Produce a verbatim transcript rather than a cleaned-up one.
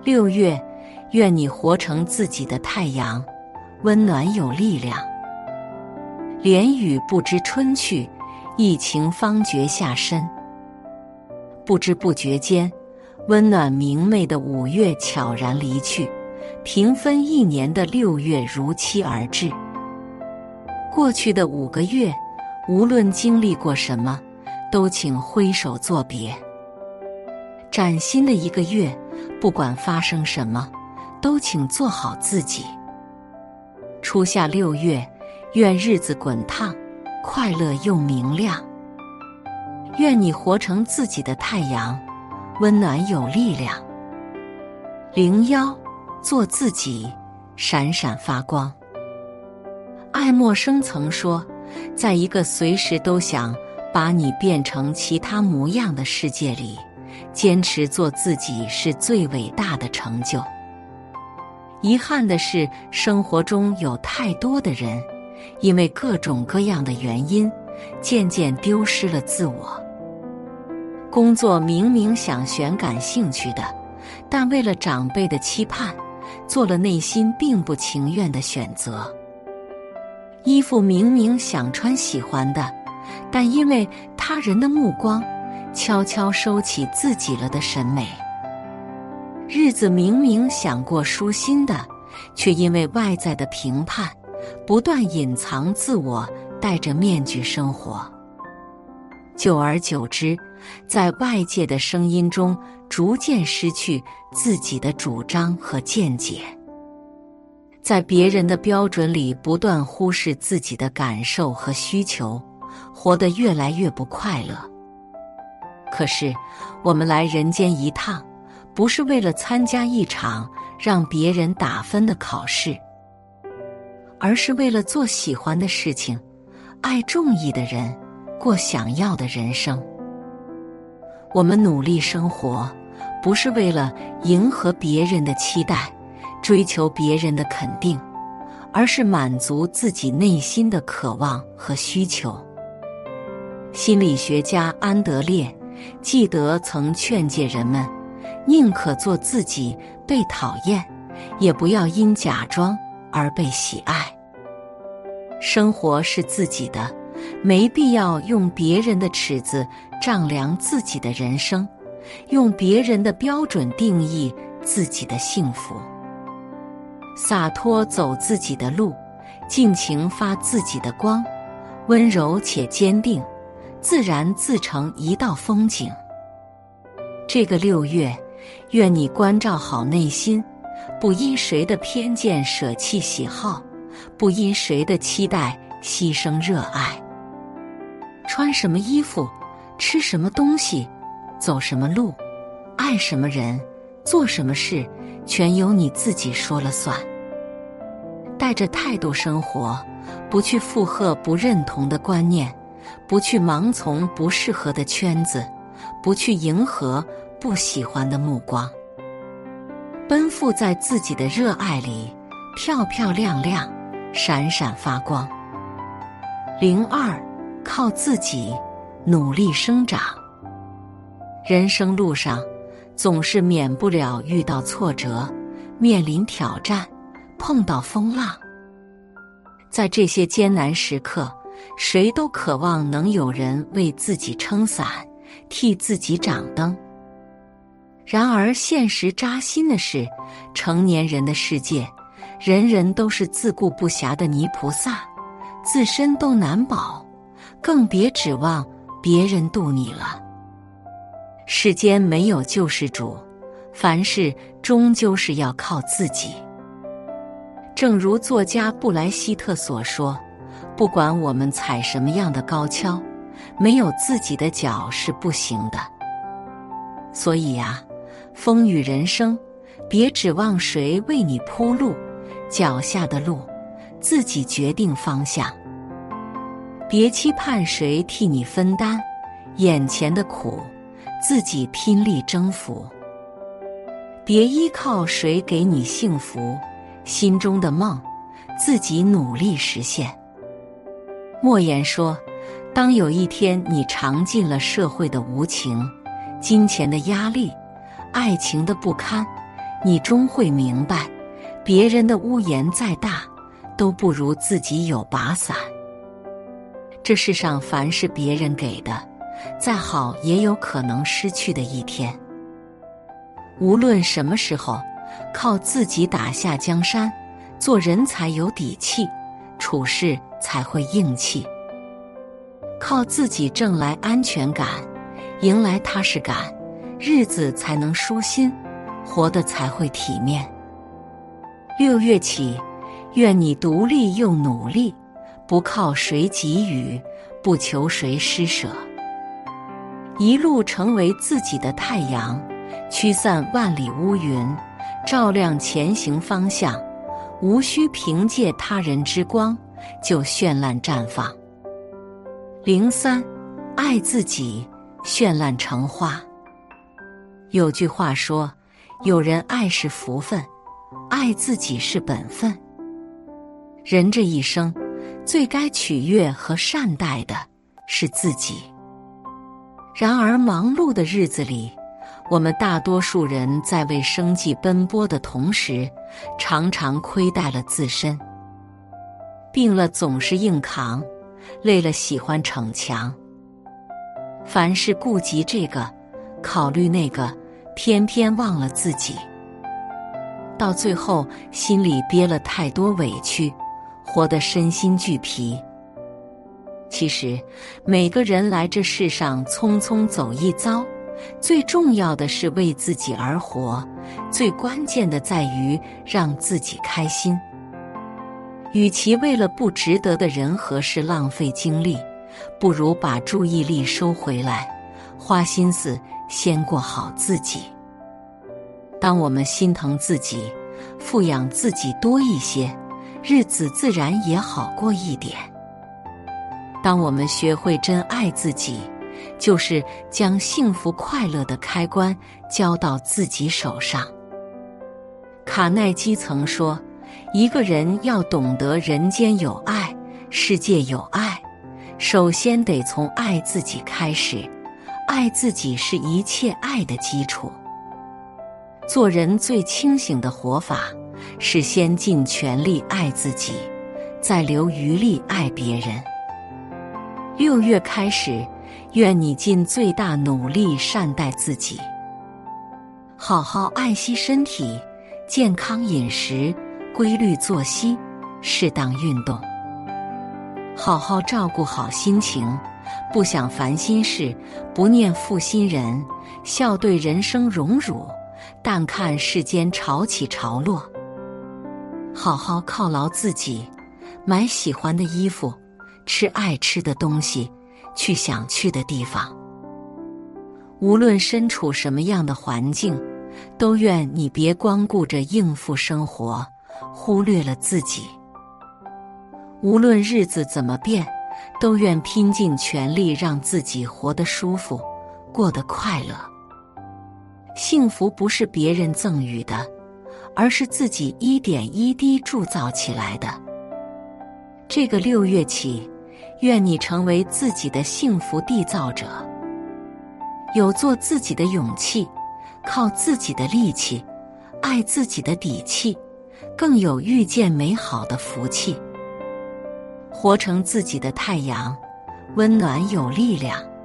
六月，愿你活成自己的太阳，温暖有力量。连雨不知春去，一晴方觉夏深。不知不觉间，温暖明媚的五月悄然离去，平分一年的六月如期而至。过去的五个月，无论经历过什么，都请挥手作别。崭新的一个月，不管发生什么，都请做好自己。初夏六月，愿日子滚烫，快乐又明亮。愿你活成自己的太阳，温暖有力量。零幺，做自己，闪闪发光。爱默生曾说，在一个随时都想把你变成其他模样的世界里，坚持做自己是最伟大的成就。遗憾的是，生活中有太多的人，因为各种各样的原因，渐渐丢失了自我。工作明明想选感兴趣的，但为了长辈的期盼，做了内心并不情愿的选择。衣服明明想穿喜欢的，但因为他人的目光，悄悄收起自己了的审美。日子明明想过舒心的，却因为外在的评判，不断隐藏自我，戴着面具生活。久而久之，在外界的声音中逐渐失去自己的主张和见解，在别人的标准里不断忽视自己的感受和需求，活得越来越不快乐。可是，我们来人间一趟，不是为了参加一场让别人打分的考试，而是为了做喜欢的事情，爱中意的人，过想要的人生。我们努力生活，不是为了迎合别人的期待，追求别人的肯定，而是满足自己内心的渴望和需求。心理学家安德烈纪德曾劝诫人们，宁可做自己被讨厌，也不要因假装而被喜爱。生活是自己的，没必要用别人的尺子丈量自己的人生，用别人的标准定义自己的幸福。洒脱走自己的路，尽情发自己的光，温柔且坚定，自然自成一道风景。这个六月，愿你关照好内心，不因谁的偏见舍弃喜好，不因谁的期待牺牲热爱。穿什么衣服，吃什么东西，走什么路，爱什么人，做什么事，全由你自己说了算。带着态度生活，不去附和不认同的观念，不去盲从不适合的圈子，不去迎合不喜欢的目光，奔赴在自己的热爱里，漂漂亮亮，闪闪发光。零二，靠自己，努力生长。人生路上，总是免不了遇到挫折，面临挑战，碰到风浪。在这些艰难时刻，谁都渴望能有人为自己撑伞，替自己掌灯。然而现实扎心的是，成年人的世界，人人都是自顾不暇的泥菩萨，自身都难保，更别指望别人渡你了。世间没有救世主，凡事终究是要靠自己。正如作家布莱希特所说，不管我们踩什么样的高跷，没有自己的脚是不行的。所以呀、啊，风雨人生，别指望谁为你铺路，脚下的路，自己决定方向。别期盼谁替你分担，眼前的苦，自己拼力征服。别依靠谁给你幸福，心中的梦，自己努力实现。莫言说，当有一天你尝尽了社会的无情，金钱的压力，爱情的不堪， 你终会明白，别人的屋檐再大，都不如自己有把伞。这世上凡是别人给的，再好也有可能失去的一天。无论什么时候，靠自己打下江山，做人才有底气，处事才会硬气。靠自己挣来安全感，迎来踏实感，日子才能舒心，活得才会体面。六月起，愿你独立又努力，不靠谁给予，不求谁施舍，一路成为自己的太阳，驱散万里乌云，照亮前行方向，无需凭借他人之光就绚烂绽放。零三，爱自己，绚烂成花。有句话说，有人爱是福分，爱自己是本分。人这一生，最该取悦和善待的是自己。然而忙碌的日子里，我们大多数人在为生计奔波的同时，常常亏待了自身。病了总是硬扛，累了喜欢逞强。凡事顾及这个，考虑那个，偏偏忘了自己。到最后，心里憋了太多委屈，活得身心俱疲。其实，每个人来这世上匆匆走一遭，最重要的是为自己而活，最关键的在于让自己开心。与其为了不值得的人和事浪费精力，不如把注意力收回来，花心思先过好自己。当我们心疼自己，富养自己多一些，日子自然也好过一点。当我们学会真爱自己，就是将幸福快乐的开关交到自己手上。卡耐基曾说，一个人要懂得人间有爱，世界有爱，首先得从爱自己开始，爱自己是一切爱的基础。做人最清醒的活法，是先尽全力爱自己，再留余力爱别人。六月开始，愿你尽最大努力善待自己，好好爱惜身体，健康饮食，规律作息，适当运动，好好照顾好心情，不想烦心事，不念负心人，笑对人生荣辱，淡看世间潮起潮落。好好犒劳自己，买喜欢的衣服，吃爱吃的东西，去想去的地方。无论身处什么样的环境，都愿你别光顾着应付生活，忽略了自己。无论日子怎么变，都愿拼尽全力让自己活得舒服，过得快乐。幸福不是别人赠予的，而是自己一点一滴铸造起来的。这个六月起，愿你成为自己的幸福缔造者，有做自己的勇气，靠自己的力气，爱自己的底气，更有遇见美好的福气。活成自己的太阳，温暖有力量。